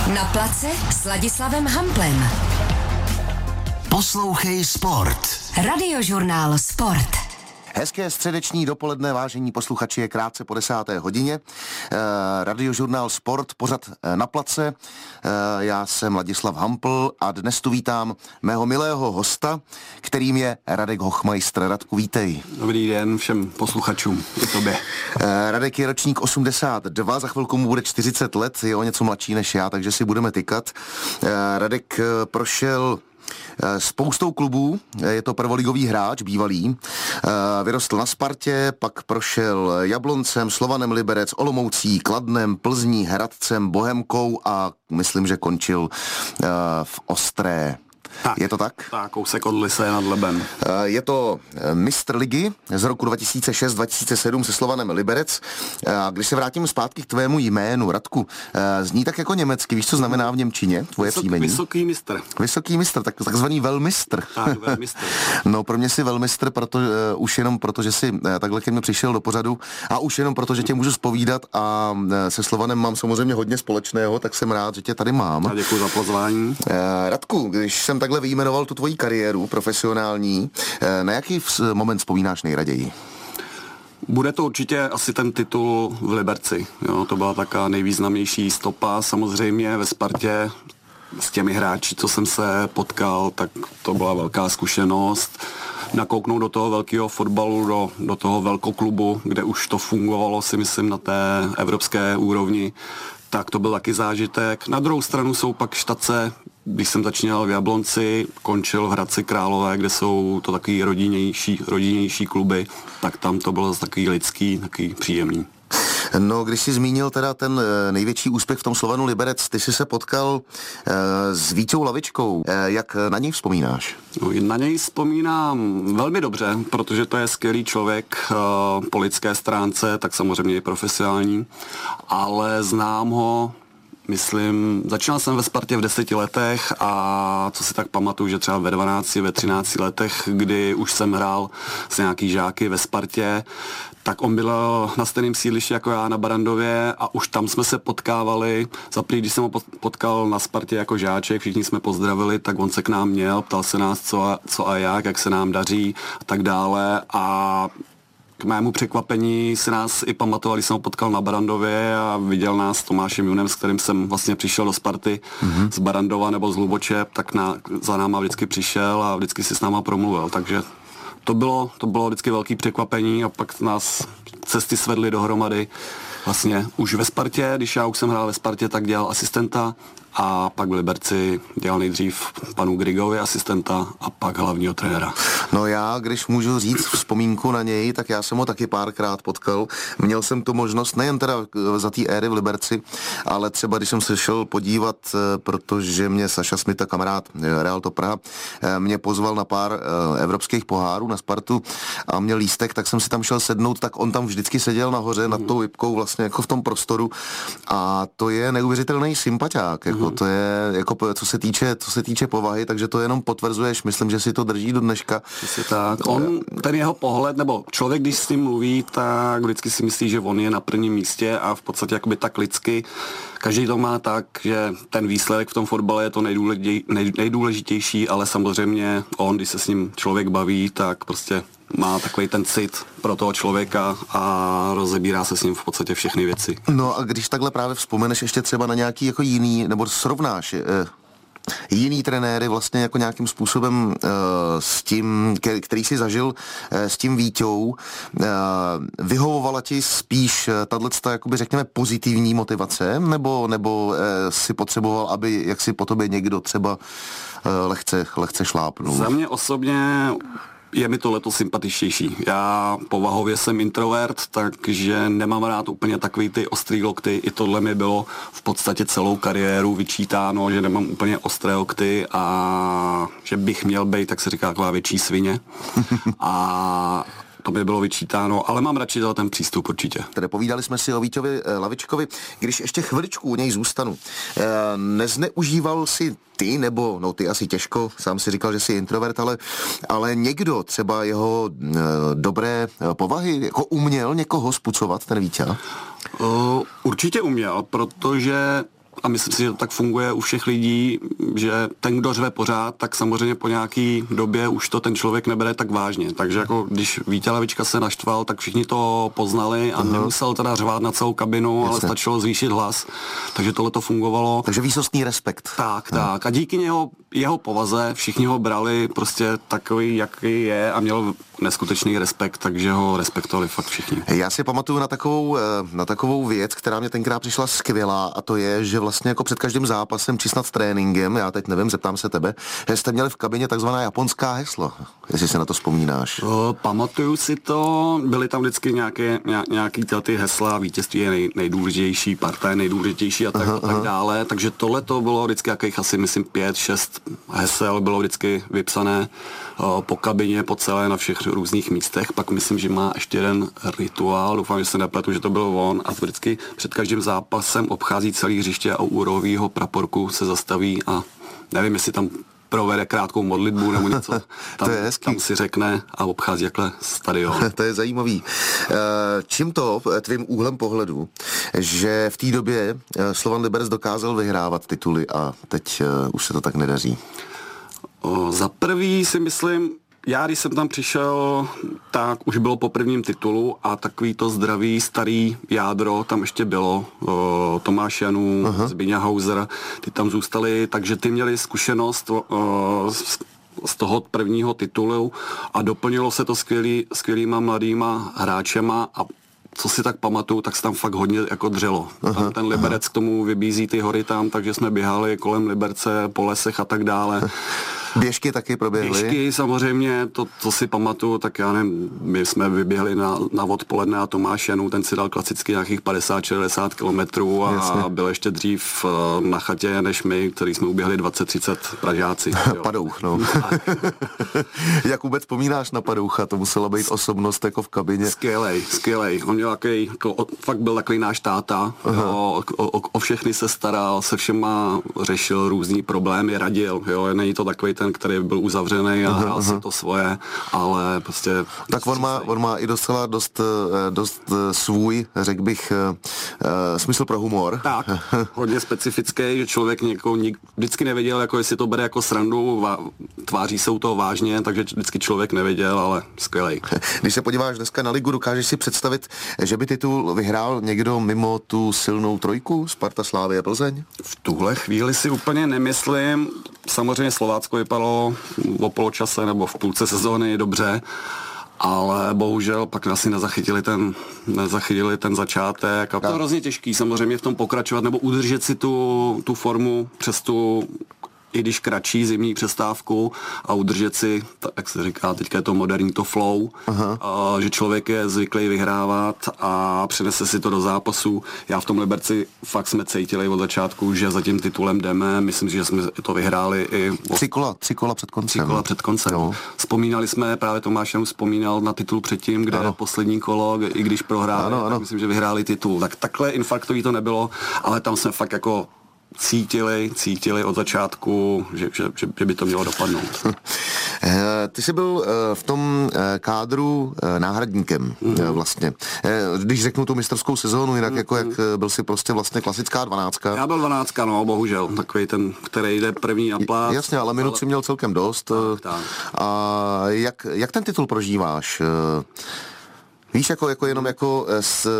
Na place s Ladislavem Hamplem. Poslouchej Sport. Radiožurnál Sport. Hezké středeční dopoledne, vážení posluchači, je krátce po 10. hodině. Radiožurnál Sport, pořad Na place. Já jsem Ladislav Hampl a dnes tu vítám mého milého hosta, kterým je Radek Hochmeister. Radku, vítej. Dobrý den všem posluchačům i tobě. Radek je ročník 82, za chvilku mu bude 40 let, je o něco mladší než já, takže si budeme tykat. Radek prošel spoustou klubů, je to prvoligový hráč, bývalý. Vyrostl na Spartě, pak prošel Jabloncem, Slovanem Liberec, Olomoucí, Kladnem, Plzní, Hradcem, Bohemkou a myslím, že končil v Ostré. Tak, je to tak? Tak, kousek od Lysé nad Lebem. Je to mistr ligy z roku 2006-2007 se Slovanem Liberec. A když se vrátím zpátky k tvému jménu, Radku, zní tak jako německy, víš, co znamená v němčinu tvoje příjmení? Vysoký mistr. Vysoký mistr, takzvaný velmistr. Tak, velmistr. No, pro mě si velmistr, už jenom proto, že jsi takhle ke mně přišel do pořadu a už jenom proto, že tě můžu zpovídat a se Slovanem mám samozřejmě hodně společného, tak jsem rád, že tě tady mám. A děkuji za pozvání. Radku, když jsem takhle vyjmenoval tu tvoji kariéru profesionální, na jaký moment vzpomínáš nejraději? Bude to určitě asi ten titul v Liberci. Jo, to byla taká nejvýznamnější stopa. Samozřejmě ve Spartě s těmi hráči, co jsem se potkal, tak to byla velká zkušenost. Nakouknout do toho velkého fotbalu, do toho velkoklubu, kde už to fungovalo, si myslím, na té evropské úrovni, tak to byl taky zážitek. Na druhou stranu jsou pak štace, když jsem začínal v Jablonci, končil v Hradci Králové, kde jsou to takový rodinnější kluby, tak tam to bylo takový lidský, takový příjemný. No, když jsi zmínil teda ten největší úspěch v tom Slovanu Liberec, ty jsi se potkal s Víťou Lavičkou. Jak na něj vzpomínáš? No, na něj vzpomínám velmi dobře, protože to je skvělý člověk po lidské stránce, tak samozřejmě je profesionální, ale znám ho. Myslím, začínal jsem ve Spartě v 10 letech a co si tak pamatuju, že třeba ve 12, ve 13 letech, kdy už jsem hrál s nějaký žáky ve Spartě, tak on byl na stejném sídlišti jako já na Barandově a už tam jsme se potkávali. Zaprý, když jsem ho potkal na Spartě jako žáček, všichni jsme pozdravili, tak on se k nám měl, ptal se nás co a jak se nám daří a tak dále a k mému překvapení si nás i pamatoval, když jsem ho potkal na Barandově a viděl nás s Tomášem Junem, s kterým jsem vlastně přišel do Sparty z Barandova nebo z Hluboče, tak za náma vždycky přišel a vždycky si s náma promluvil, takže to bylo vždycky velký překvapení a pak nás cesty svedly dohromady. Vlastně už ve Spartě, když já už jsem hrál ve Spartě, tak dělal asistenta a pak v Liberci dělal nejdřív panu Grigovi asistenta a pak hlavního trenéra. No já, když můžu říct vzpomínku na něj, tak já jsem ho taky párkrát potkal. Měl jsem tu možnost nejen teda za té éry v Liberci, ale třeba když jsem se šel podívat, protože mě Saša Smita, kamarád Real to Praha, mě pozval na pár evropských pohárů na Spartu a měl lístek, tak jsem si tam šel sednout, tak on tam vždycky seděl nahoře nad tou jipkou vlastně jako v tom prostoru a to je neuvěřitelný sympatiák, jako to je, jako co se týče povahy, takže to jenom potvrzuješ, myslím, že si to drží do dneška. Tak. Ten jeho pohled, nebo člověk, když s ním mluví, tak vždycky si myslí, že on je na prvním místě a v podstatě jakoby tak lidsky. Každý to má tak, že ten výsledek v tom fotbale je to nejdůležitější, ale samozřejmě on, když se s ním člověk baví, tak prostě má takový ten cit pro toho člověka a rozebírá se s ním v podstatě všechny věci. No a když takhle právě vzpomeneš ještě třeba na nějaký jako jiný, nebo srovnáš jiný trenéry vlastně jako nějakým způsobem s tím, který si zažil s tím Víťou, vyhovovala ti spíš tato, jakoby řekněme, pozitivní motivace, nebo si potřeboval, aby jak si po tobě někdo třeba lehce šlápnul? Za mě osobně je mi to letos sympatičtější. Já povahově jsem introvert, takže nemám rád úplně takový ty ostrý lokty. I tohle mi bylo v podstatě celou kariéru vyčítáno, že nemám úplně ostré lokty a že bych měl být, tak se říká, taková větší svině. A to mi bylo vyčítáno, ale mám radši ten přístup určitě. Tedy povídali jsme si o Víťovi Lavičkovi. Když ještě chviličku u něj zůstanu, nezneužíval si ty, nebo no ty asi těžko, sám si říkal, že jsi introvert, ale někdo třeba jeho dobré povahy, jako uměl někoho spucovat, ten Víťa? Určitě uměl, protože a myslím si, že to tak funguje u všech lidí, že ten, kdo řve pořád, tak samozřejmě po nějaký době už to ten člověk nebere tak vážně. Takže jako když Vítě Lavička se naštval, tak všichni to poznali a nemusel teda řvát na celou kabinu, ale stačilo zvýšit hlas. Takže tohle to fungovalo. Takže výsostný respekt. Tak. A díky jeho povaze všichni ho brali prostě takový, jaký je a měl neskutečný respekt, takže ho respektovali fakt všichni. Já si pamatuju na takovou věc, která mě tenkrát přišla skvělá, a to je, že vlastně jako před každým zápasem či snad tréninkem, já teď nevím, zeptám se tebe, že jste měli v kabině takzvaná japonská hesla, jestli se na to vzpomínáš. Pamatuju si to, byly tam vždycky nějaký ty hesla, vítězství je nejdůležitější, parta je nejdůležitější a tak dále, takže tohle to bylo vždycky jakých asi, myslím, 5-6 hesel bylo vždycky vypsané po kabině, po celé, na všech různých místech. Pak myslím, že má ještě jeden rituál, doufám, že se nepletu, že to byl on, a vždycky před každým zápasem obchází celý hřiště a u úrovýho praporku se zastaví a nevím, jestli tam provede krátkou modlitbu nebo něco. Tam, to je hezký. Tam si řekne a obchází jakhle stadion. To je zajímavý. Čím to, tvým úhlem pohledu, že v té době Slovan Liberec dokázal vyhrávat tituly a teď už se to tak nedaří? Za prvý si myslím, já když jsem tam přišel, tak už bylo po prvním titulu a takový to zdravý, starý jádro tam ještě bylo. Tomáš Janů, Zbyňa Hauser, ty tam zůstali, takže ty měli zkušenost z toho prvního titulu a doplnilo se to skvělýma mladýma hráčema a co si tak pamatuju, tak se tam fakt hodně jako dřelo. Tam ten Liberec k tomu vybízí ty hory tam, takže jsme běhali kolem Liberce, po lesech a tak dále. Běžky taky proběhly? Běžky samozřejmě, to, co si pamatuju, tak já nevím, my jsme vyběhli na odpoledne a Tomáš Janů, ten si dal klasicky nějakých 50-60 kilometrů a byl ještě dřív na chatě než my, který jsme uběhli 20-30 Pražáci. Padouch, no. Jak vůbec vzpomínáš na Padoucha? To musela být osobnost jako v kabině. Skvělej. On měl fakt byl takový náš táta, o všechny se staral, se všema řešil různý problémy, radil, jo, není to takový ten, který byl uzavřený a hrál si to svoje, ale prostě... Tak on má i dost svůj, řekl bych, smysl pro humor. Tak, hodně specifický, že člověk vždycky nevěděl, jako jestli to bere jako srandu, tváří se u toho vážně, takže vždycky člověk nevěděl, ale skvělej. Když se podíváš dneska na ligu, dokážeš si představit, že by titul vyhrál někdo mimo tu silnou trojku, Sparta, Slavia, Plzeň? V tuhle chvíli si úplně nemyslím. Samozřejmě Slovácko vypadalo o poločase nebo v půlce sezóny dobře, ale bohužel pak asi nezachytili ten začátek a to je hrozně těžký samozřejmě v tom pokračovat nebo udržet si tu formu přes tu i když kratší zimní přestávku a udržet si, jak se říká, teďka je to moderní, to flow, že člověk je zvyklý vyhrávat a přenese si to do zápasu. Já v tom Liberci fakt jsme cítili od začátku, že za tím titulem jdeme, myslím, že jsme to vyhráli i... Tři kola před koncem. 3 kola před koncem. Jo. Vzpomínali jsme, právě Tomáš jenom vzpomínal na titul předtím, kde je poslední kolo, i když prohráli, tak myslím, že vyhráli titul. Tak takhle infarktový to nebylo, ale tam jsme fakt jako cítili od začátku, že by to mělo dopadnout. Ty jsi byl v tom kádru náhradníkem vlastně. Když řeknu tu mistrovskou sezónu, jinak jako jak byl si prostě vlastně klasická 12. Já byl 12, no, bohužel. Takový ten, který jde první na plác. Jasně, ale minut si měl celkem dost. Tak. A jak ten titul prožíváš? Víš, jako jenom jako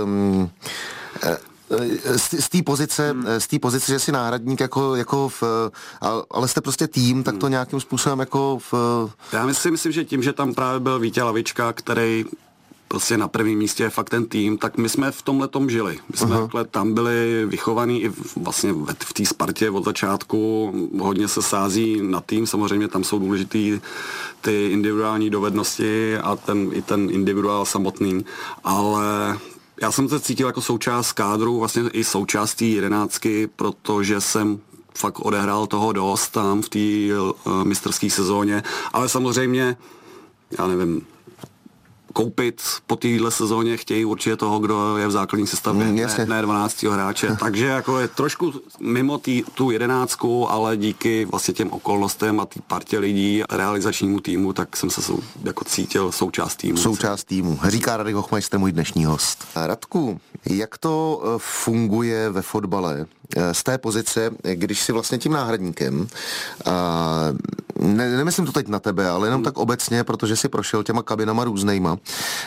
z té pozice, že jsi náhradník ale jste prostě tým, tak to nějakým způsobem jako Já myslím, že tím, že tam právě byl Vítě Lavička, který prostě na prvním místě je fakt ten tým, tak my jsme v tomhletom žili. My jsme tam byli vychovaní i vlastně v té Spartě od začátku. Hodně se sází na tým, samozřejmě tam jsou důležitý ty individuální dovednosti a i ten individuál samotný, ale já jsem se cítil jako součást kádru, vlastně i součástí 11, protože jsem fakt odehrál toho dost tam v té mistrovské sezóně, ale samozřejmě, já nevím, koupit po téhle sezóně chtějí určitě toho, kdo je v základní sestavě, ne 12. hráče. Takže jako je trošku mimo tu 11, ale díky vlastně těm okolnostem a té partě lidí, realizačnímu týmu, tak jsem se jako cítil součást týmu. Součást týmu. Říká Radek Hochmeister, můj dnešní host. Radku, jak to funguje ve fotbale, z té pozice, když si vlastně tím náhradníkem, nemyslím to teď na tebe, ale jenom tak obecně, protože si prošel těma kabinama různejma.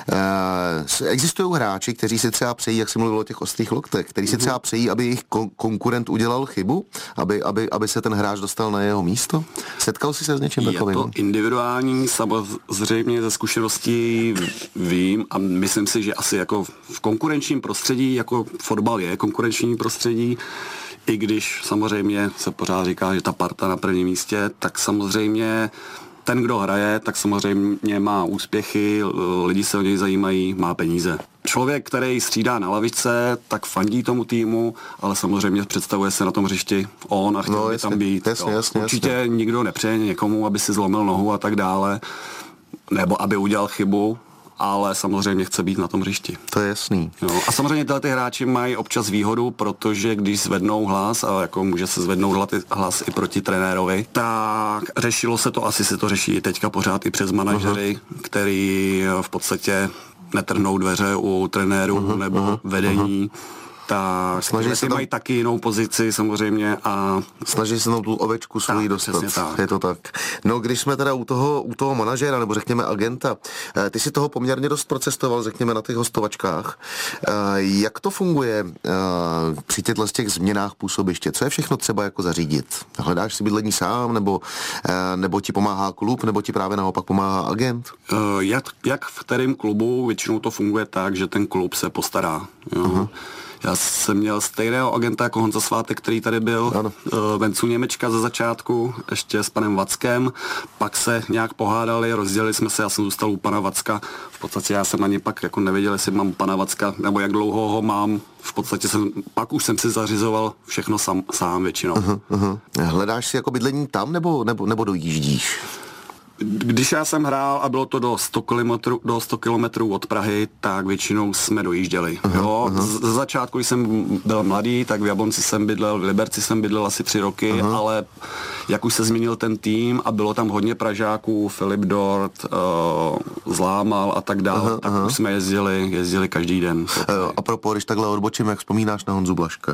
Existují hráči, kteří si třeba přejí, jak jsi mluvil o těch ostrých loktech, kteří si třeba přejí, aby jejich konkurent udělal chybu, aby se ten hráč dostal na jeho místo? Setkal jsi se s něčím takovým? Je to individuální, samozřejmě ze zkušeností vím a myslím si, že asi jako v konkurenčním prostředí, jako fotbal je konkurenční prostředí, i když samozřejmě se pořád říká, že ta parta na prvním místě, tak samozřejmě ten, kdo hraje, tak samozřejmě má úspěchy, lidi se o něj zajímají, má peníze. Člověk, který střídá na lavičce, tak fandí tomu týmu, ale samozřejmě představuje se na tom hřišti on a chtěl by tam být. Jasně. Určitě nikdo nepřeje někomu, aby si zlomil nohu a tak dále, nebo aby udělal chybu, ale samozřejmě chce být na tom hřišti. To je jasný. No, a samozřejmě tyhle ty hráči mají občas výhodu, protože když zvednou hlas, a jako může se zvednout hlas i proti trenérovi, tak řešilo se to, asi se to řeší teďka pořád i přes manažery, který v podstatě netrhnou dveře u trenéru nebo vedení. Tak snaží se mají taky jinou pozici samozřejmě a snaží se tu ovečku svoji dostat. Je to tak. No, když jsme teda u toho manažera, nebo řekněme agenta, ty si toho poměrně dost procestoval, řekněme, na těch hostovačkách. Jak to funguje při těch změnách působiště? Co je všechno třeba jako zařídit? Hledáš si bydlení sám, nebo ti pomáhá klub, nebo ti právě naopak pomáhá agent? Jak v kterém klubu většinou to funguje tak, že ten klub se postará. Jo? Já jsem měl stejného agenta jako Honza Svátek, který tady byl, Vencu Němečka ze začátku, ještě s panem Vackem, pak se nějak pohádali, rozdělili jsme se, já jsem zůstal u pana Vacka, v podstatě já jsem ani pak jako nevěděl, jestli mám pana Vacka, nebo jak dlouho ho mám, v podstatě pak už jsem si zařizoval všechno sám většinou. Hledáš si jako bydlení tam, nebo dojíždíš? Když já jsem hrál a bylo to do 100 kilometrů od Prahy, tak většinou jsme dojížděli. Z začátku, když jsem byl mladý, tak v Jablonci jsem bydlel, v Liberci jsem bydlel asi 3 roky, ale jak už se změnil ten tým a bylo tam hodně Pražáků, Filip Dort, Zlámal a tak dále, tak už jsme jezdili každý den. A propos, když takhle odbočím, jak vzpomínáš na Honzu Blažka?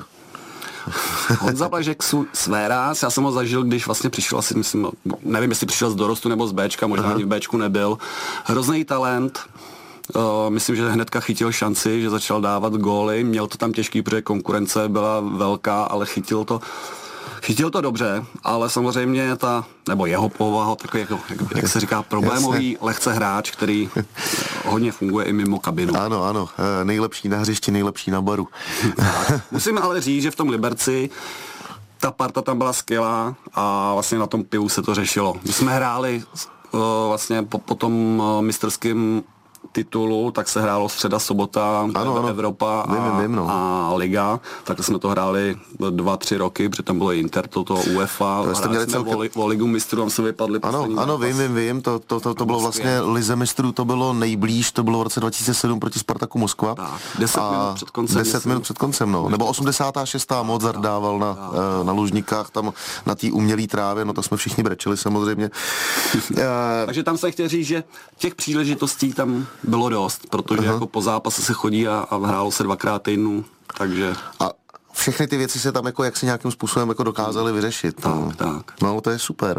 Honza Blažek své ráz, já jsem ho zažil, když vlastně přišel asi, myslím, nevím, jestli přišel z dorostu nebo z Bčka, možná ani v Bčku nebyl. Hrozný talent, myslím, že hnedka chytil šanci, že začal dávat góly, měl to tam těžký, protože konkurence byla velká, ale chytil to dobře, ale samozřejmě nebo jeho povaha, takový, jak se říká, problémový lehce hráč, který hodně funguje i mimo kabinu. Ano, nejlepší na hřišti, nejlepší na baru. Musím ale říct, že v tom Liberci ta parta tam byla skvělá a vlastně na tom pivu se to řešilo. My jsme hráli vlastně po tom mistrském titulu, tak se hrálo středa, sobota, Evropa a Liga, tak jsme to hráli 2-3 roky, protože tam bylo Inter, toto UEFA, hráli jsme o Ligu mistrů, tam jsme vypadli poslední zápas. Vím, to bylo vlastně Lize mistrů, to bylo nejblíž, to bylo v roce 2007 proti Spartaku Moskva. Tak, 10 minut před koncem. Nebo 86. Mozart dával na Lužnikách, tam na té umělý trávě, no to jsme všichni brečeli samozřejmě. Takže tam se chtěl říct, že těch příležitostí tam bylo dost, protože jako po zápase se chodí a hrálo se 2x týdnu, takže... A všechny ty věci se tam jako jak si nějakým způsobem jako dokázali vyřešit. Tak. No, to je super.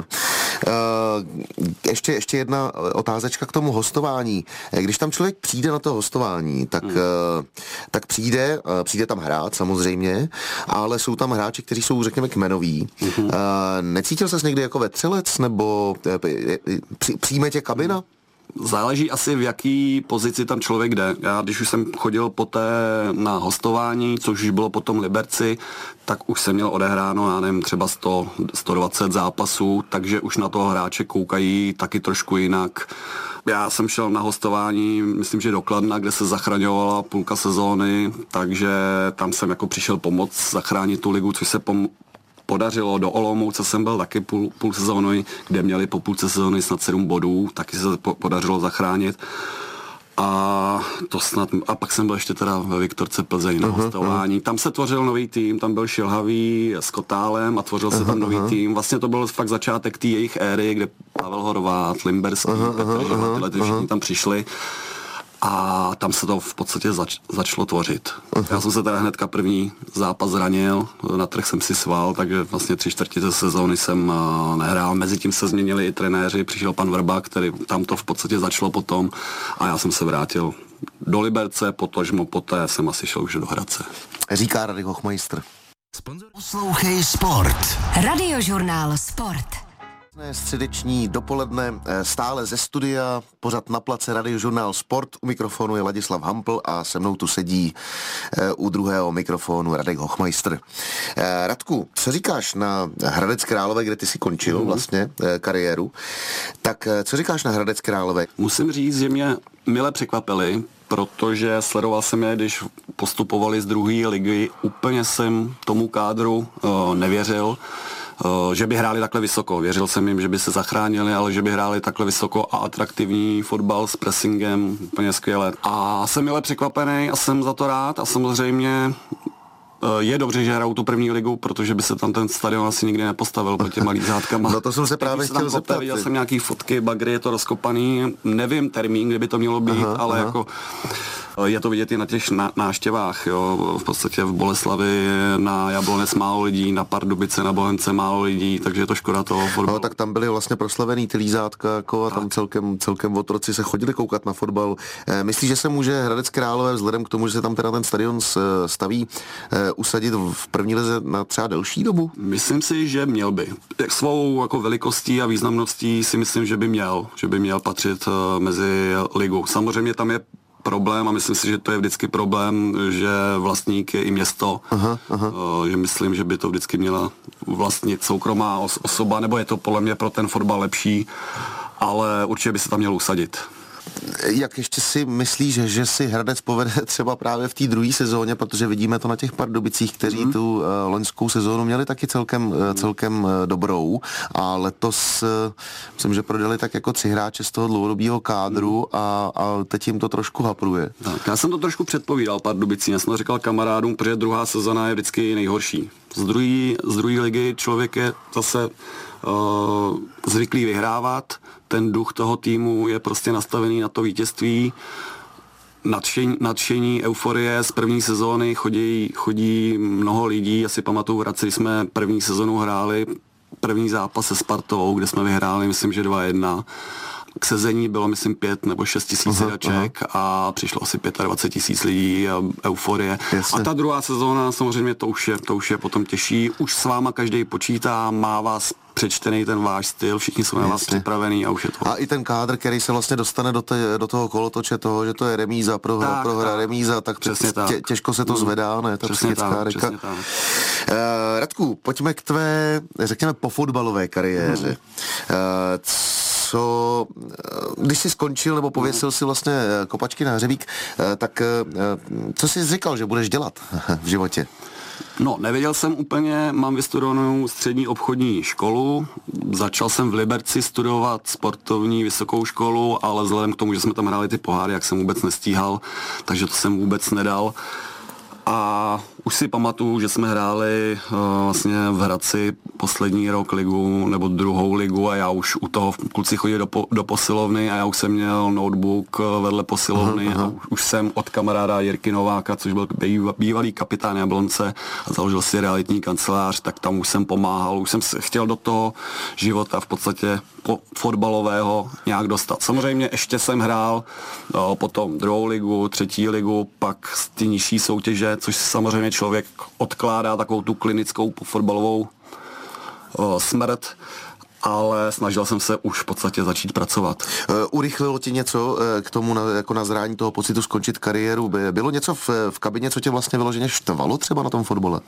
Ještě jedna otázečka k tomu hostování. Když tam člověk přijde na to hostování, tak přijde tam hrát samozřejmě, ale jsou tam hráči, kteří jsou, řekněme, kmenoví. Necítil ses někdy jako vetřelec, nebo přijme tě kabina? Záleží asi, v jaký pozici tam člověk jde. Já, když už jsem chodil poté na hostování, což už bylo potom Liberci, tak už jsem měl odehráno, já nevím, třeba 120 zápasů, takže už na toho hráče koukají taky trošku jinak. Já jsem šel na hostování, myslím, že do Kladna, kde se zachraňovala půlka sezóny, takže tam jsem jako přišel pomoct zachránit tu ligu, což se podařilo. Do Olomouce jsem byl taky půl sezóny, kde měli po půlce sezóny snad 7 bodů, taky se podařilo zachránit. A pak jsem byl ještě teda ve Viktorce Plzeň na hostování. Tam se tvořil nový tým, tam byl Šilhavý s Kotálem a tvořil se tam nový tým. Vlastně to byl fakt začátek té jejich éry, kde Pavel Horvát, Limberský, Petr Živa, tyhle všichni tam přišli. a tam se to v podstatě začalo tvořit. Já jsem se teda hnedka první zápas zranil, natrhl jsem si sval, takže vlastně 3/4 sezóny jsem nehrál. Mezitím se změnili i trenéři, přišel pan Vrba, který tam to v podstatě začalo potom a já jsem se vrátil do Liberce, poté jsem asi šel už do Hradce. Říká Radek Hochmeister. Poslouchej Sport. Radiožurnál Sport. Středeční dopoledne stále ze studia, pořad Na place, Radiožurnál Sport. U mikrofonu je Ladislav Hampl a se mnou tu sedí u druhého mikrofonu Radek Hochmeister. Radku, co říkáš na Hradec Králové, kde ty jsi končil vlastně kariéru? Tak co říkáš na Hradec Králové? Musím říct, že mě mile překvapili, protože sledoval jsem je, když postupovali z druhé ligy. Úplně jsem tomu kádru nevěřil, že by hráli takhle vysoko. Věřil jsem jim, že by se zachránili, ale že by hráli takhle vysoko a atraktivní fotbal s pressingem, úplně skvěle. A jsem mile překvapený a jsem za to rád a samozřejmě je dobře, že hrajou tu první ligu, protože by se tam ten stadion asi nikdy nepostavil pod těma lízátkama. No to jsem se právě chtěl zeptat. Viděl jsem nějaký fotky, bagry, je to rozkopaný, nevím termín, kde by to mělo být, ale jako je to vidět i na těch návštěvách, jo. V podstatě v Boleslavi na Jablonec málo lidí, na Pardubice, na Bolence málo lidí, takže je to škoda toho fotbalu. No tak tam byly vlastně proslavený ty lízátka, jako a tam celkem otroci se chodili koukat na fotbal. Myslíš, že se může Hradec Králové vzhledem k tomu, že se tam teda ten stadion staví, usadit v první lize na třeba delší dobu? Myslím si, že měl by. Jak svou jako velikostí a významností si myslím, že by měl patřit mezi ligu. Samozřejmě tam je problém a myslím si, že to je vždycky problém, že vlastník je i město. Že myslím, že by to vždycky měla vlastnit soukromá osoba, nebo je to podle mě pro ten fotbal lepší, ale určitě by se tam měl usadit. Jak ještě si myslíš, že si Hradec povede třeba právě v té druhé sezóně, protože vidíme to na těch Pardubicích, kteří tu loňskou sezónu měli taky celkem dobrou a letos myslím, že prodali tak jako 3 hráče z toho dlouhodobého kádru a teď jim to trošku hapruje. Tak, já jsem to trošku předpovídal Pardubicím, já jsem to říkal kamarádům, protože druhá sezóna je vždycky nejhorší. Z druhé ligy člověk je zase zvyklý vyhrávat, ten duch toho týmu je prostě nastavený na to vítězství, nadšení, euforie z první sezóny, chodí mnoho lidí, já si pamatuju v Hradci, když jsme první sezonu hráli, první zápas se Spartou, kde jsme vyhráli, myslím, že 2-1. K sezení bylo, myslím, 5 nebo 6 tisíc sedaček a přišlo asi 25 tisíc lidí a euforie. Jasně. A ta druhá sezóna, samozřejmě to už je potom těžší. Už s váma každý počítá, má vás přečtený ten váš styl, všichni jsou na vás připravený a už je to. A i ten kádr, který se vlastně dostane do toho kolotoče toho, že to je remíza, prohra, remíza, tak těžko se to zvedá, ne? Ta psychická reka. Radku, pojďme k tvé, řekněme, pofotbalové kariéře. Když jsi skončil nebo pověsil si vlastně kopačky na hřebík, tak co jsi říkal, že budeš dělat v životě? No, nevěděl jsem úplně, mám vystudovanou střední obchodní školu, začal jsem v Liberci studovat sportovní vysokou školu, ale vzhledem k tomu, že jsme tam hráli ty poháry, jak jsem vůbec nestíhal, takže to jsem vůbec nedal. A už si pamatuju, že jsme hráli vlastně v Hradci poslední rok ligu nebo druhou ligu a já už u toho kluci chodili do posilovny a já už jsem měl notebook vedle posilovny a už jsem od kamaráda Jirky Nováka, což byl bývalý kapitán Jablonce a založil si realitní kancelář, tak tam už jsem pomáhal, už jsem se chtěl do toho života v podstatě fotbalového nějak dostat. Samozřejmě ještě jsem hrál potom druhou ligu, třetí ligu, pak ty nižší soutěže, což samozřejmě člověk odkládá takovou tu klinickou fotbalovou smrt, ale snažil jsem se už v podstatě začít pracovat. Urychlilo ti něco k tomu jako nazrání toho pocitu skončit kariéru? Bylo něco v kabině, co tě vlastně vyloženě štvalo třeba na tom fotbale?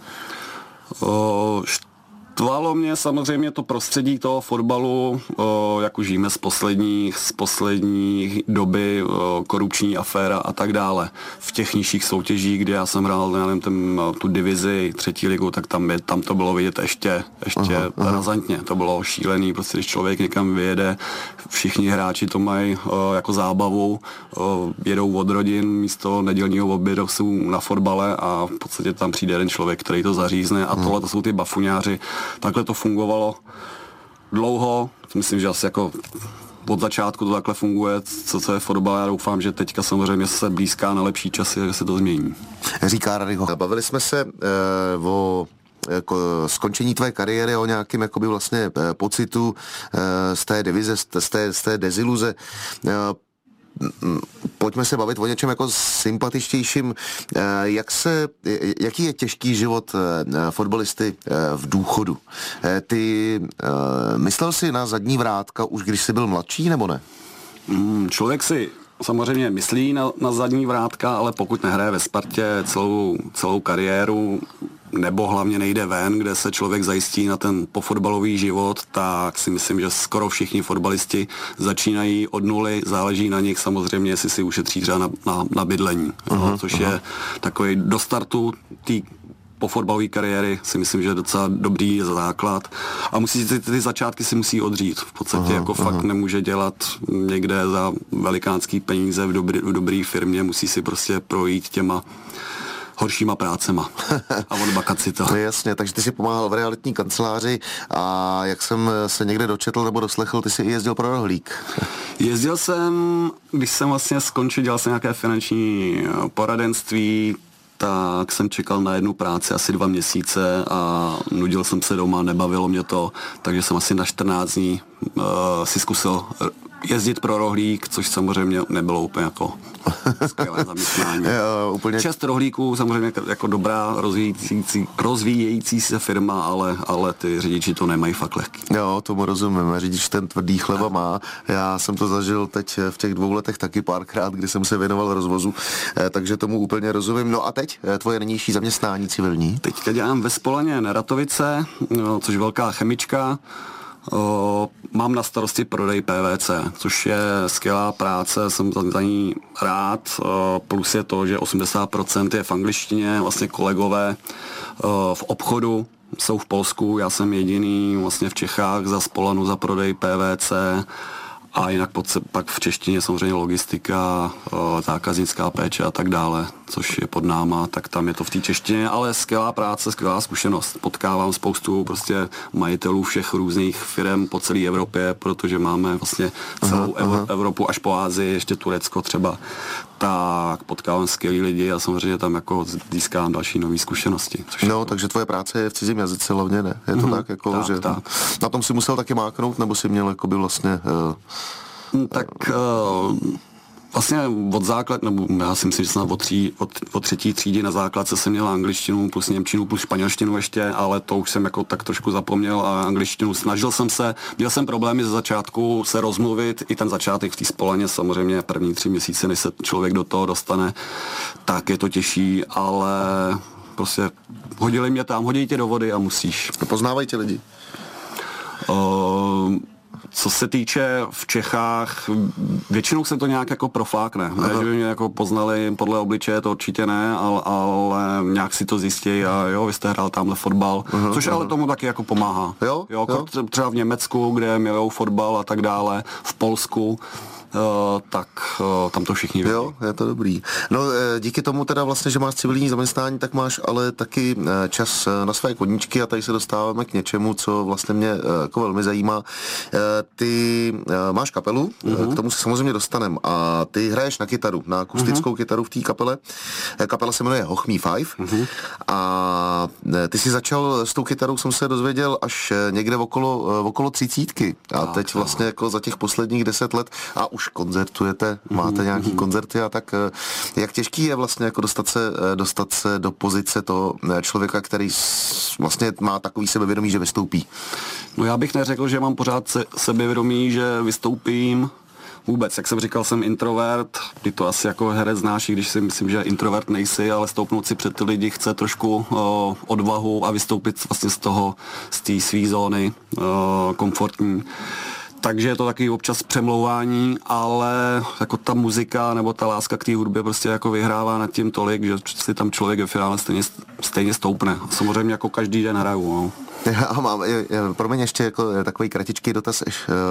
Štvalo mě samozřejmě to prostředí toho fotbalu, jak už víme z posledních doby, korupční aféra a tak dále. V těch nižších soutěžích, kde já jsem hrál tu divizi, třetí ligu, tak tam to bylo vidět ještě razantně. To bylo šílený, prostě když člověk někam vyjede, všichni hráči to mají jako zábavu, jedou od rodin, místo nedělního obědu jsou na fotbale a v podstatě tam přijde jeden člověk, který to zařízne a tohle to jsou ty bafuňáři. Takhle to fungovalo dlouho, myslím, že asi jako od začátku to takhle funguje, co je fotbal. Já doufám, že teďka samozřejmě se blízká na lepší časy, že se to změní. Říká Radek Hoch. Bavili jsme se o skončení tvé kariéry, o nějakým jakoby vlastně pocitu z té divize, z té deziluze. Pojďme se bavit o něčem jako sympatičtějším. Jaký je těžký život fotbalisty v důchodu? Ty myslel jsi na zadní vrátka už když jsi byl mladší, nebo ne? Člověk si samozřejmě myslí na zadní vrátka, ale pokud nehraje ve Spartě celou kariéru, nebo hlavně nejde ven, kde se člověk zajistí na ten pofotbalový život, tak si myslím, že skoro všichni fotbalisti začínají od nuly, záleží na nich samozřejmě, jestli si ušetří třeba na bydlení, což je takový do startu té po fotbalové kariéry si myslím, že je docela dobrý základ a ty začátky si musí odřít. V podstatě fakt nemůže dělat někde za velikánský peníze v dobré firmě, musí si prostě projít těma horšíma prácema a odbakat si to. No jasně, takže ty si pomáhal v realitní kanceláři a jak jsem se někde dočetl nebo doslechl, ty jsi i jezdil pro rohlík. Jezdil jsem, když jsem vlastně skončil, dělal jsem nějaké finanční poradenství, tak jsem čekal na jednu práci asi 2 měsíce a nudil jsem se doma, nebavilo mě to, takže jsem asi na 14 dní si zkusil jezdit pro rohlík, což samozřejmě nebylo úplně jako skvělé zaměstnání. 6 rohlíků, samozřejmě jako dobrá rozvíjející se firma, ale ty řidiči to nemají fakt lehký. Jo, tomu rozumím. Řidič ten tvrdý chleba má. Já jsem to zažil teď v těch 2 letech taky párkrát, kdy jsem se věnoval rozvozu, takže tomu úplně rozumím. No a teď tvoje nynější zaměstnání civilní? Teďka dělám ve Spolaně Neratovice, což je velká chemička. Mám na starosti prodej PVC, což je skvělá práce, jsem za ní rád, plus je to, že 80% je v angličtině, vlastně kolegové v obchodu jsou v Polsku, já jsem jediný vlastně v Čechách za Spolanu za prodej PVC a jinak pak v češtině samozřejmě logistika, zákaznická péče a tak dále, což je pod náma, tak tam je to v té češtině, ale skvělá práce, skvělá zkušenost. Potkávám spoustu prostě majitelů všech různých firm po celé Evropě, protože máme vlastně celou Evropu až po Asii, ještě Turecko třeba, tak potkávám skvělý lidi a samozřejmě tam jako získám další nové zkušenosti. No, takže tvoje práce je v cizím jazyce hlavně, ne? Je to tak, jako, tak, že tak. Na tom si musel taky máknout, nebo si měl jakoby vlastně... Vlastně od základ, nebo já si myslím, že jsem od 3. třídy na základce jsem měl angličtinu plus němčinu plus španělštinu ještě, ale to už jsem jako tak trošku zapomněl a angličtinu snažil jsem se, měl jsem problémy ze začátku se rozmluvit, i ten začátek v té Spolaně samozřejmě první 3 měsíce, než se člověk do toho dostane, tak je to těžší, ale prostě hodí tě do vody a musíš. Poznávají tě lidi? Co se týče v Čechách, většinou se to nějak jako proflákne. Ne, že by mě jako poznali podle obličeje, to určitě ne, ale nějak si to zjistí a jo, vy jste hrál tamhle fotbal, což ale tomu taky jako pomáhá. Jo? Třeba v Německu, kde milujou fotbal a tak dále, v Polsku, tak tam to všichni vědí. Jo, je to dobrý. No díky tomu teda vlastně, že máš civilní zaměstnání, tak máš ale taky čas na své koníčky a tady se dostáváme k něčemu, co vlastně mě jako velmi zajímá. Ty máš kapelu, k tomu se samozřejmě dostanem a ty hraješ na kytaru, na akustickou kytaru v té kapele. Kapela se jmenuje Hoch Me Five a ty si začal s tou kytarou, jsem se dozvěděl, až někde okolo 30. A teď vlastně jako za těch posledních 10 let a už koncertujete, máte nějaký koncerty a tak jak těžký je vlastně jako dostat se do pozice toho člověka, který vlastně má takový sebevědomí, že vystoupí? No já bych neřekl, že mám pořád sebevědomí, že vystoupím. Vůbec, jak jsem říkal, jsem introvert, ty to asi jako herec znáš, i když si myslím, že introvert nejsi, ale stoupnout si před ty lidi chce trošku odvahu a vystoupit vlastně z té své zóny komfortní. Takže je to taky občas přemlouvání, ale jako ta muzika nebo ta láska k té hudbě prostě jako vyhrává nad tím tolik, že si tam člověk ve finále stejně stoupne. Samozřejmě jako každý den hraju. No. Já mám, promiň ještě jako takový kratičký dotaz.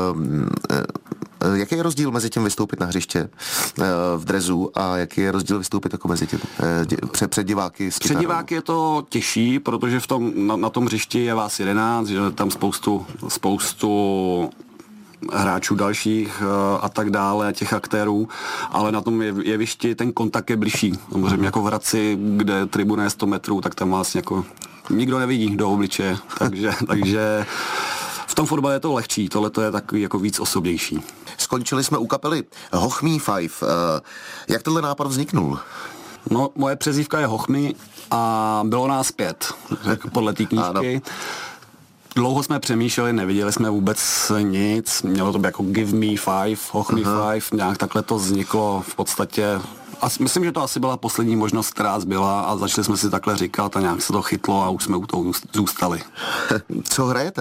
Jaký je rozdíl mezi tím vystoupit na hřiště v drezu a jaký je rozdíl vystoupit jako mezi tím před diváky s kytarou? Před diváky je to těžší, protože na tom hřišti je vás 11, že tam spoustu hráčů dalších a tak dále, těch aktérů, ale na tom jevišti ten kontakt je bližší. Samozřejmě jako v Hradci, kde tribuna je 100 metrů, tak tam vlastně jako nikdo nevidí do obličeje, takže v tom fotbale je to lehčí, tohle to je takový jako víc osobnější. Skončili jsme u kapely Hochmi Five. Jak tenhle nápad vzniknul? No, moje přezdívka je Hochmi a bylo nás 5, podle té knížky. Dlouho jsme přemýšleli, neviděli jsme vůbec nic, mělo to být jako Give Me Five, Hochmi Five, nějak takhle to vzniklo v podstatě. A myslím, že to asi byla poslední možnost, která zbyla a začali jsme si takhle říkat a nějak se to chytlo a už jsme u toho zůstali. Co hrajete?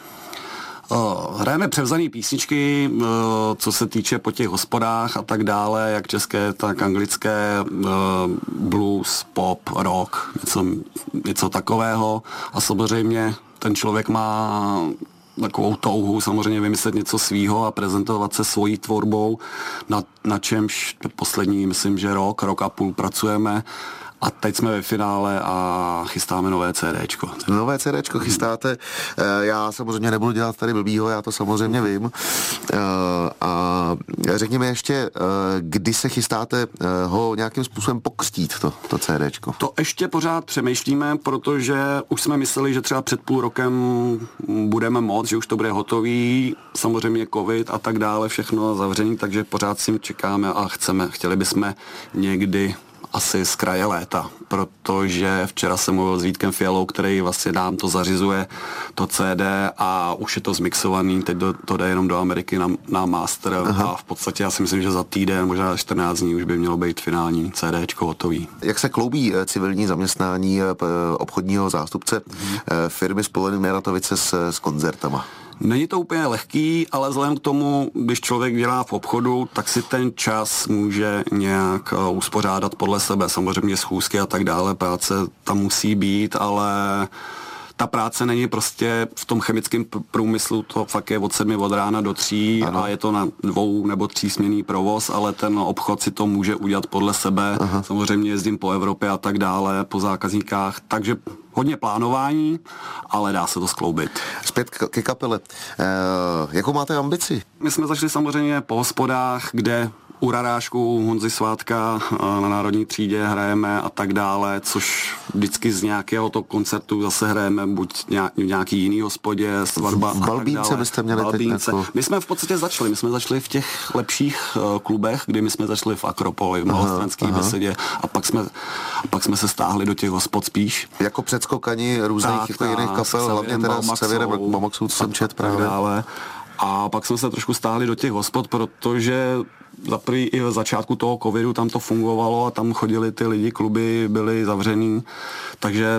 Hrajeme převzané písničky, co se týče po těch hospodách a tak dále, jak české, tak anglické, blues, pop, rock, něco takového. A samozřejmě ten člověk má takovou touhu samozřejmě vymyslet něco svýho a prezentovat se svojí tvorbou, na čemž poslední, myslím, že rok a půl pracujeme. A teď jsme ve finále a chystáme nové CDčko. Nové CDčko chystáte. Já samozřejmě nebudu dělat tady blbýho, já to samozřejmě vím. A řekněme ještě, kdy se chystáte ho nějakým způsobem pokřtít, to CDčko? To ještě pořád přemýšlíme, protože už jsme mysleli, že třeba před půl rokem budeme moc, že už to bude hotový, samozřejmě covid a tak dále, všechno zavření, takže pořád s tím čekáme a chtěli bychom někdy asi z kraje léta, protože včera jsem mluvil s Vítkem Fialou, který vlastně nám to zařizuje, to CD a už je to zmixovaný, teď to jde jenom do Ameriky na master. Aha. A v podstatě já si myslím, že za týden, možná 14 dní už by mělo být finální CDčko hotový. Jak se kloubí civilní zaměstnání obchodního zástupce firmy Spolený Neratovice s koncertama? Není to úplně lehký, ale vzhledem k tomu, když člověk dělá v obchodu, tak si ten čas může nějak uspořádat podle sebe. Samozřejmě schůzky a tak dále, práce tam musí být, ale ta práce není prostě v tom chemickém průmyslu, to fakt je od 7 od rána do 3 a je to na 2 nebo 3 směnný provoz, ale ten obchod si to může udělat podle sebe. Aha. Samozřejmě jezdím po Evropě a tak dále, po zákazníkách, takže hodně plánování, ale dá se to skloubit. Zpět ke kapele. Jakou máte ambici? My jsme začali samozřejmě po hospodách, kde u Rarášku, Honzy Svátka na Národní třídě hrajeme a tak dále, což vždycky z nějakého toho koncertu zase hrajeme buď v nějaký jiný hospodě, svatba. V Balbínce byste měli Balbínce. Teď my jsme v podstatě začali v těch lepších klubech, kdy my jsme začali v Akropoli, v Malostranské besedě a pak jsme se stáhli do těch hospod spíš. Jako předskokani různých jiných kapel, hlavně teda s Xavierem Mamaxou, co jsem čet právě. A pak jsme se trošku stáhli do těch hospod, protože za prvý i v začátku toho covidu tam to fungovalo a tam chodili ty lidi, kluby byly zavřený, takže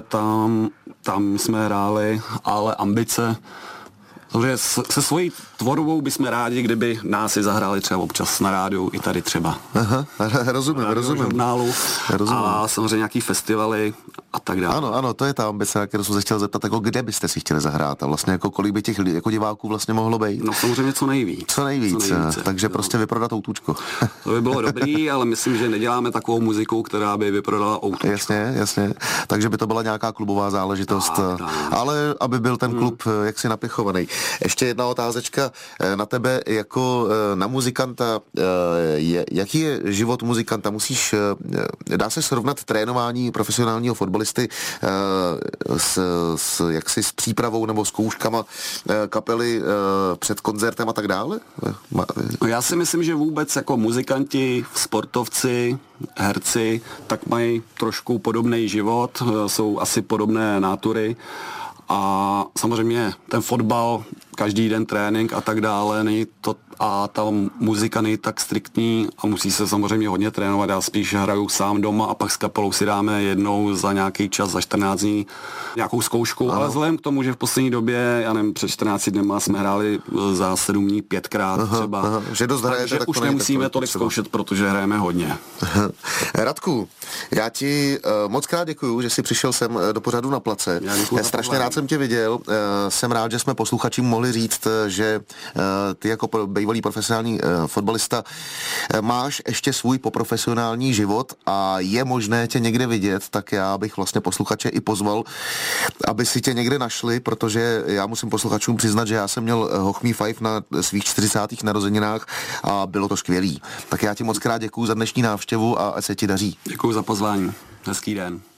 tam jsme hráli, ale ambice, takže se svojí tvorbou bychom rádi, kdyby nás i zahráli třeba občas na rádiu, i tady třeba. Aha, rozumím. Žurnálu a samozřejmě nějaký festivaly a tak dále. Ano, to je ta ambice, na kterou jsem se chtěl zeptat, jako kde byste si chtěli zahrát a vlastně jako kolik by těch jako diváků vlastně mohlo být? No samozřejmě co nejvíc. Takže prostě vyprodat autůčko. To by bylo dobrý, ale myslím, že neděláme takovou muziku, která by vyprodala autůčko. Jasně. Takže by to byla nějaká klubová záležitost, tak. Ale aby byl ten klub jaksi napichovaný. Ještě jedna otázečka na tebe jako na muzikanta. Jaký je život muzikanta? Dá se srovnat trénování profesionálního fotbalisty s přípravou nebo zkouškama kapely před koncertem a tak dále? Já si myslím, že vůbec jako muzikanti, sportovci, herci, tak mají trošku podobný život, jsou asi podobné nátury. A samozřejmě ten fotbal, každý den trénink a tak dále, není to, a ta muzika není tak striktní a musí se samozřejmě hodně trénovat. Já spíš hraju sám doma a pak s kapelou si dáme jednou za nějaký čas, za 14 dní nějakou zkoušku, ale vzhledem k tomu, že v poslední době, já nevím, před 14 dněma jsme hráli za 7 dní 5krát třeba. Že dost hrajete, takže tak už nemusíme tolik zkoušet, protože hrajeme hodně. Radku, já ti moc krát děkuju, že jsi přišel sem do pořadu Na place. Strašně rád jsem tě viděl. Jsem rád, že jsme posluchačům mohli říct, že ty jako bývalý profesionální fotbalista. Máš ještě svůj poprofesionální život a je možné tě někde vidět, tak já bych vlastně posluchače i pozval, aby si tě někde našli, protože já musím posluchačům přiznat, že já jsem měl Hochmí Five na svých 40. narozeninách a bylo to skvělý. Tak já ti moc krát děkuju za dnešní návštěvu a ať se ti daří. Děkuju za pozvání. Hezký den.